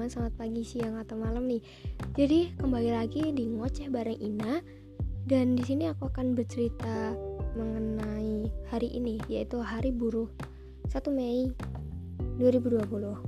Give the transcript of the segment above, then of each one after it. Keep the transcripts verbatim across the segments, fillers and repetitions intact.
teman-teman, selamat pagi, siang, atau malam nih. Jadi kembali lagi di Ngoceh bareng Ina. Dan di sini aku akan bercerita mengenai hari ini, yaitu Hari Buruh satu Mei dua ribu dua puluh.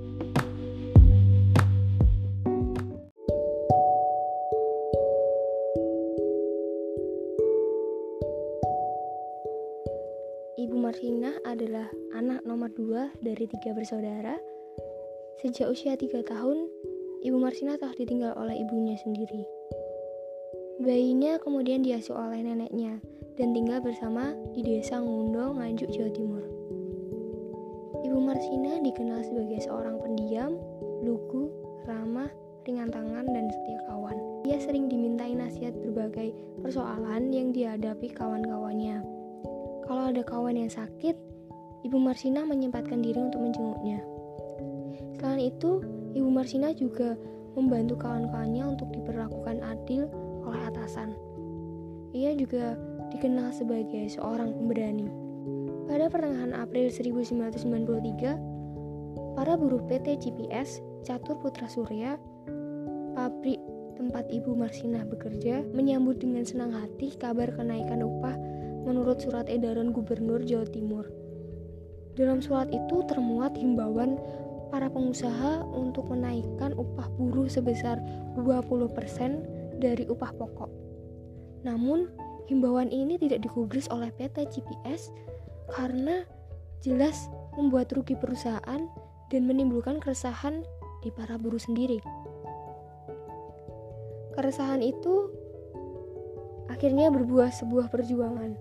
Ibu Marsinah adalah anak nomor dua dari tiga bersaudara. Sejak usia tiga tahun, Ibu Marsinah telah ditinggal oleh ibunya sendiri. Bayinya kemudian diasuh oleh neneknya dan tinggal bersama di desa Ngundo, Nganjuk, Jawa Timur. Ibu Marsinah dikenal sebagai seorang pendiam, lugu, ramah, ringan tangan, dan setia kawan. Ia sering dimintai nasihat berbagai persoalan yang dihadapi kawan-kawannya. Kalau ada kawan yang sakit, Ibu Marsinah menyempatkan diri untuk menjenguknya. Selain itu, Ibu Marsinah juga membantu kawan-kawannya untuk diperlakukan adil oleh atasan. Ia juga dikenal sebagai seorang pemberani. Pada pertengahan April seribu sembilan ratus sembilan puluh tiga, para buruh P T G P S Catur Putra Surya, pabrik tempat Ibu Marsinah bekerja, menyambut dengan senang hati kabar kenaikan upah menurut surat edaran Gubernur Jawa Timur. Dalam surat itu termuat himbauan para pengusaha untuk menaikkan upah buruh sebesar dua puluh persen dari upah pokok. Namun, himbauan ini tidak digubris oleh P T G P S karena jelas membuat rugi perusahaan dan menimbulkan keresahan di para buruh sendiri. Keresahan itu akhirnya berbuah sebuah perjuangan.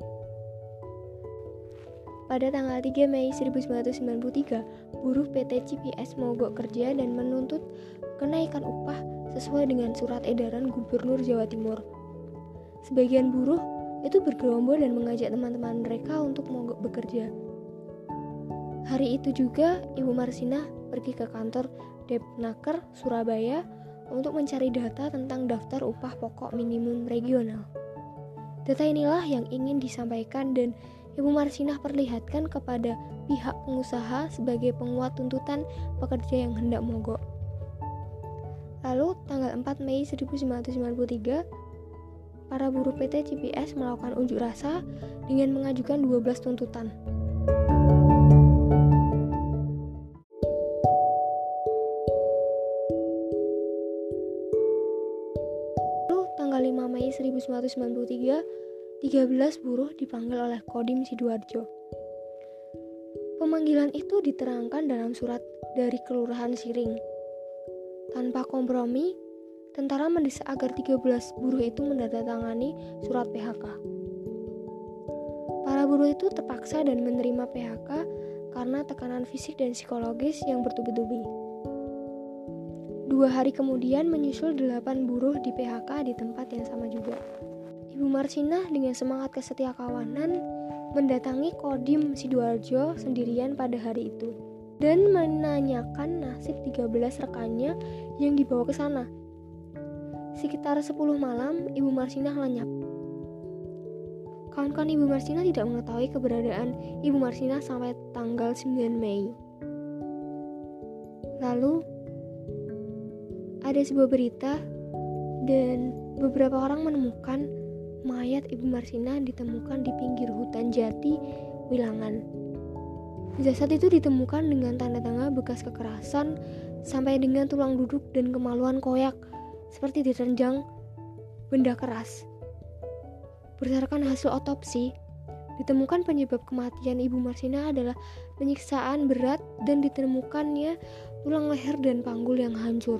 Pada tanggal tiga Mei seribu sembilan ratus sembilan puluh tiga, buruh P T G P S mogok kerja dan menuntut kenaikan upah sesuai dengan surat edaran Gubernur Jawa Timur. Sebagian buruh itu bergerombol dan mengajak teman-teman mereka untuk mogok bekerja. Hari itu juga Ibu Marsinah pergi ke kantor Depnaker Surabaya untuk mencari data tentang daftar upah pokok minimum regional. Data inilah yang ingin disampaikan dan Ibu Marsinah perlihatkan kepada pihak pengusaha sebagai penguat tuntutan pekerja yang hendak mogok. Lalu, tanggal empat Mei seribu sembilan ratus sembilan puluh tiga, para buruh P T G P S melakukan unjuk rasa dengan mengajukan dua belas tuntutan. Lalu, tanggal lima Mei seribu sembilan ratus sembilan puluh tiga, tiga belas buruh dipanggil oleh Kodim Sidoarjo. Pemanggilan itu diterangkan dalam surat dari Kelurahan Siring. Tanpa kompromi, tentara mendesak agar tiga belas buruh itu menandatangani surat P H K. Para buruh itu terpaksa dan menerima P H K karena tekanan fisik dan psikologis yang bertubi-tubi. Dua hari kemudian menyusul delapan buruh di P H K di tempat yang sama juga. Ibu Marsinah dengan semangat kesetiakawanan mendatangi Kodim Sidoarjo sendirian pada hari itu dan menanyakan nasib tiga belas rekannya yang dibawa ke sana. Sekitar sepuluh malam, Ibu Marsinah lenyap. Kawan-kawan Ibu Marsinah tidak mengetahui keberadaan Ibu Marsinah sampai tanggal sembilan Mei. Lalu, ada sebuah berita dan beberapa orang menemukan mayat Ibu Marsinah ditemukan di pinggir hutan jati Wilangan. Jasad itu ditemukan dengan tanda tanda bekas kekerasan sampai dengan tulang duduk dan kemaluan koyak seperti diterjang benda keras. Berdasarkan hasil otopsi, ditemukan penyebab kematian Ibu Marsinah adalah penyiksaan berat dan ditemukannya tulang leher dan panggul yang hancur.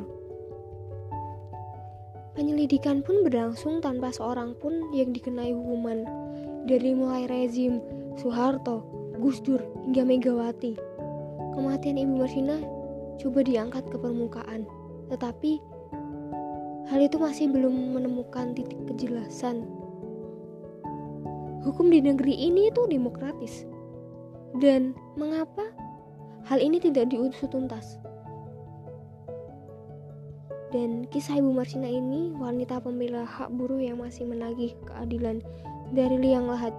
Penyelidikan pun berlangsung tanpa seorang pun yang dikenai hukuman, dari mulai rezim Soeharto, Gus Dur, hingga Megawati. Kematian Ibu Marsinah coba diangkat ke permukaan, tetapi hal itu masih belum menemukan titik kejelasan. Hukum di negeri ini itu demokratis, dan mengapa hal ini tidak diusut tuntas? Dan kisah Ibu Marsinah ini wanita pembela hak buruh yang masih menagih keadilan dari liang lahat.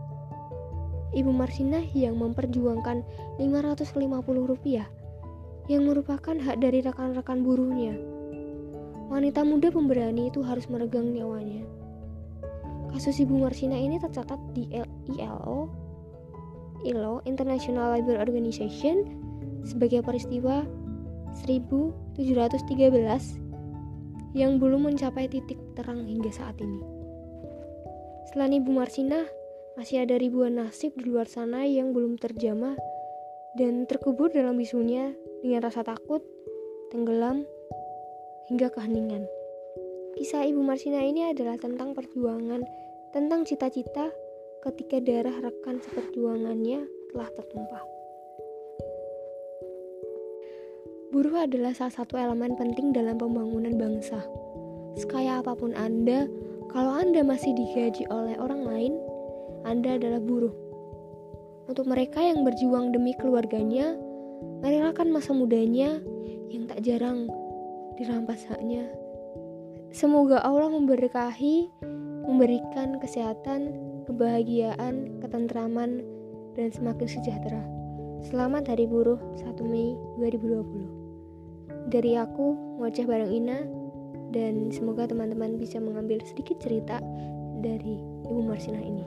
Ibu Marsinah yang memperjuangkan lima ratus lima puluh rupiah yang merupakan hak dari rekan-rekan buruhnya. Wanita muda pemberani itu harus meregang nyawanya. Kasus Ibu Marsina ini tercatat di I L O, I L O International Labour Organization sebagai peristiwa seribu tujuh ratus tiga belas yang belum mencapai titik terang hingga saat ini. Selain Ibu Marsina, masih ada ribuan nasib di luar sana yang belum terjamah dan terkubur dalam bisunya dengan rasa takut, tenggelam, hingga keheningan. Kisah Ibu Marsina ini adalah tentang perjuangan, tentang cita-cita ketika darah rekan seperjuangannya telah tertumpah. Buruh adalah salah satu elemen penting dalam pembangunan bangsa. Sekaya apapun Anda, kalau Anda masih digaji oleh orang lain, Anda adalah buruh. Untuk mereka yang berjuang demi keluarganya, merelakan masa mudanya yang tak jarang dirampas haknya. Semoga Allah memberkahi, memberikan kesehatan, kebahagiaan, ketentraman, dan semakin sejahtera. Selamat Hari Buruh satu Mei dua ribu dua puluh. Dari aku, Ngoceh bareng Ina, dan semoga teman-teman bisa mengambil sedikit cerita dari Ibu Marsina ini.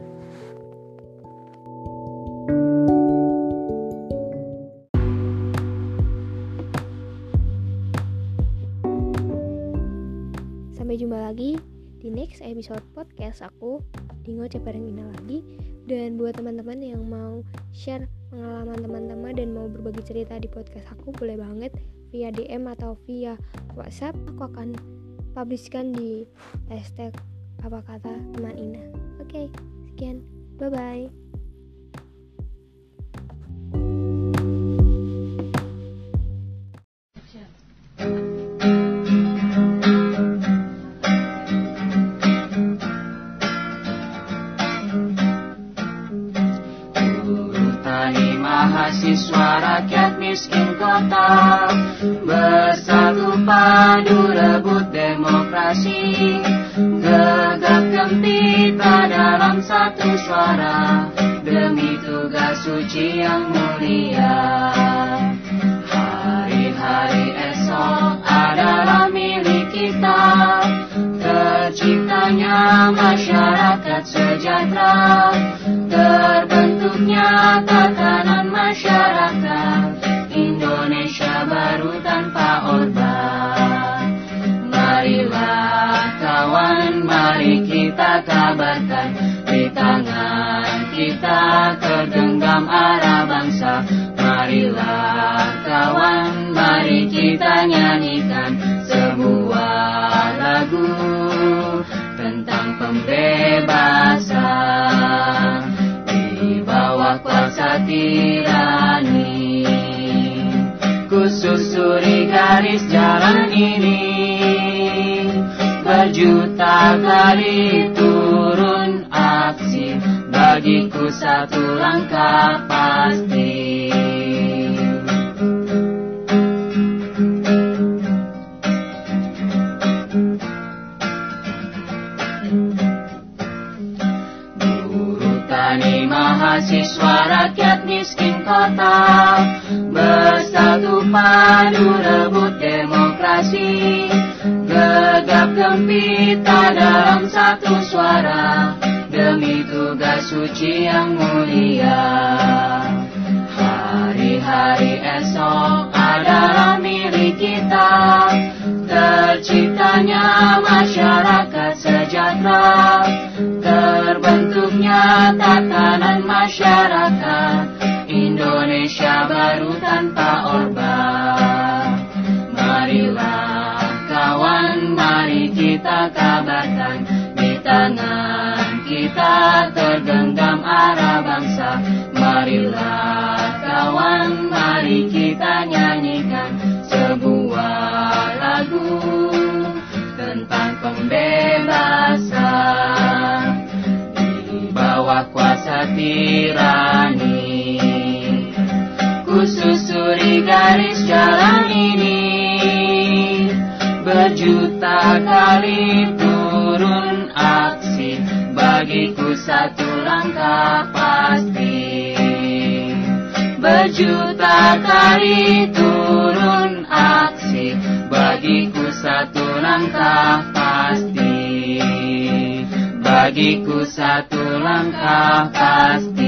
Sampai jumpa lagi di next episode podcast aku di Ngoceh bareng Ina lagi. Dan buat teman-teman yang mau share pengalaman teman-teman dan mau berbagi cerita di podcast aku, boleh banget via D M atau via WhatsApp. Aku akan publishkan di hashtag apa kata teman Ina. Oke, sekian, bye bye. Mahasiswa rakyat miskin kota bersatu padu rebut demokrasi, gegap gempita dalam satu suara demi tugas suci yang mulia. Hari-hari esok adalah milik kita, terciptanya masyarakat sejahtera, terbentuknya tatanan masyarakat Indonesia baru tanpa Orba. Marilah kawan, mari kita kabarkan, di tangan kita tergenggam arah bangsa. Marilah kawan, mari kita nyanyikan sebuah lagu tentang pembebasan di bawah kuasa tirani. Ku susuri garis jalan ini, berjuta kali turun aksi, bagiku satu langkah pasti. Mahasiswa rakyat miskin kota bersatu padu rebut demokrasi, gegap gempita dalam satu suara demi tugas suci yang mulia. Hari-hari esok adalah milik kita, terciptanya masyarakat sejahtera, terbentuknya tatanan masyarakat Indonesia baru tanpa Orba. Marilah kawan, mari kita kabarkan, di tangan kita tergenggam arah bangsa. Marilah kawan, mari kita nyanyikan sebuah lagu tentang pembebasan di bawah kuasa tirani. Ku susuri garis jalan ini, berjuta kali turun aksi, bagiku satu langkah pasti. Berjuta kali turun satu langkah pasti. Bagiku satu langkah pasti.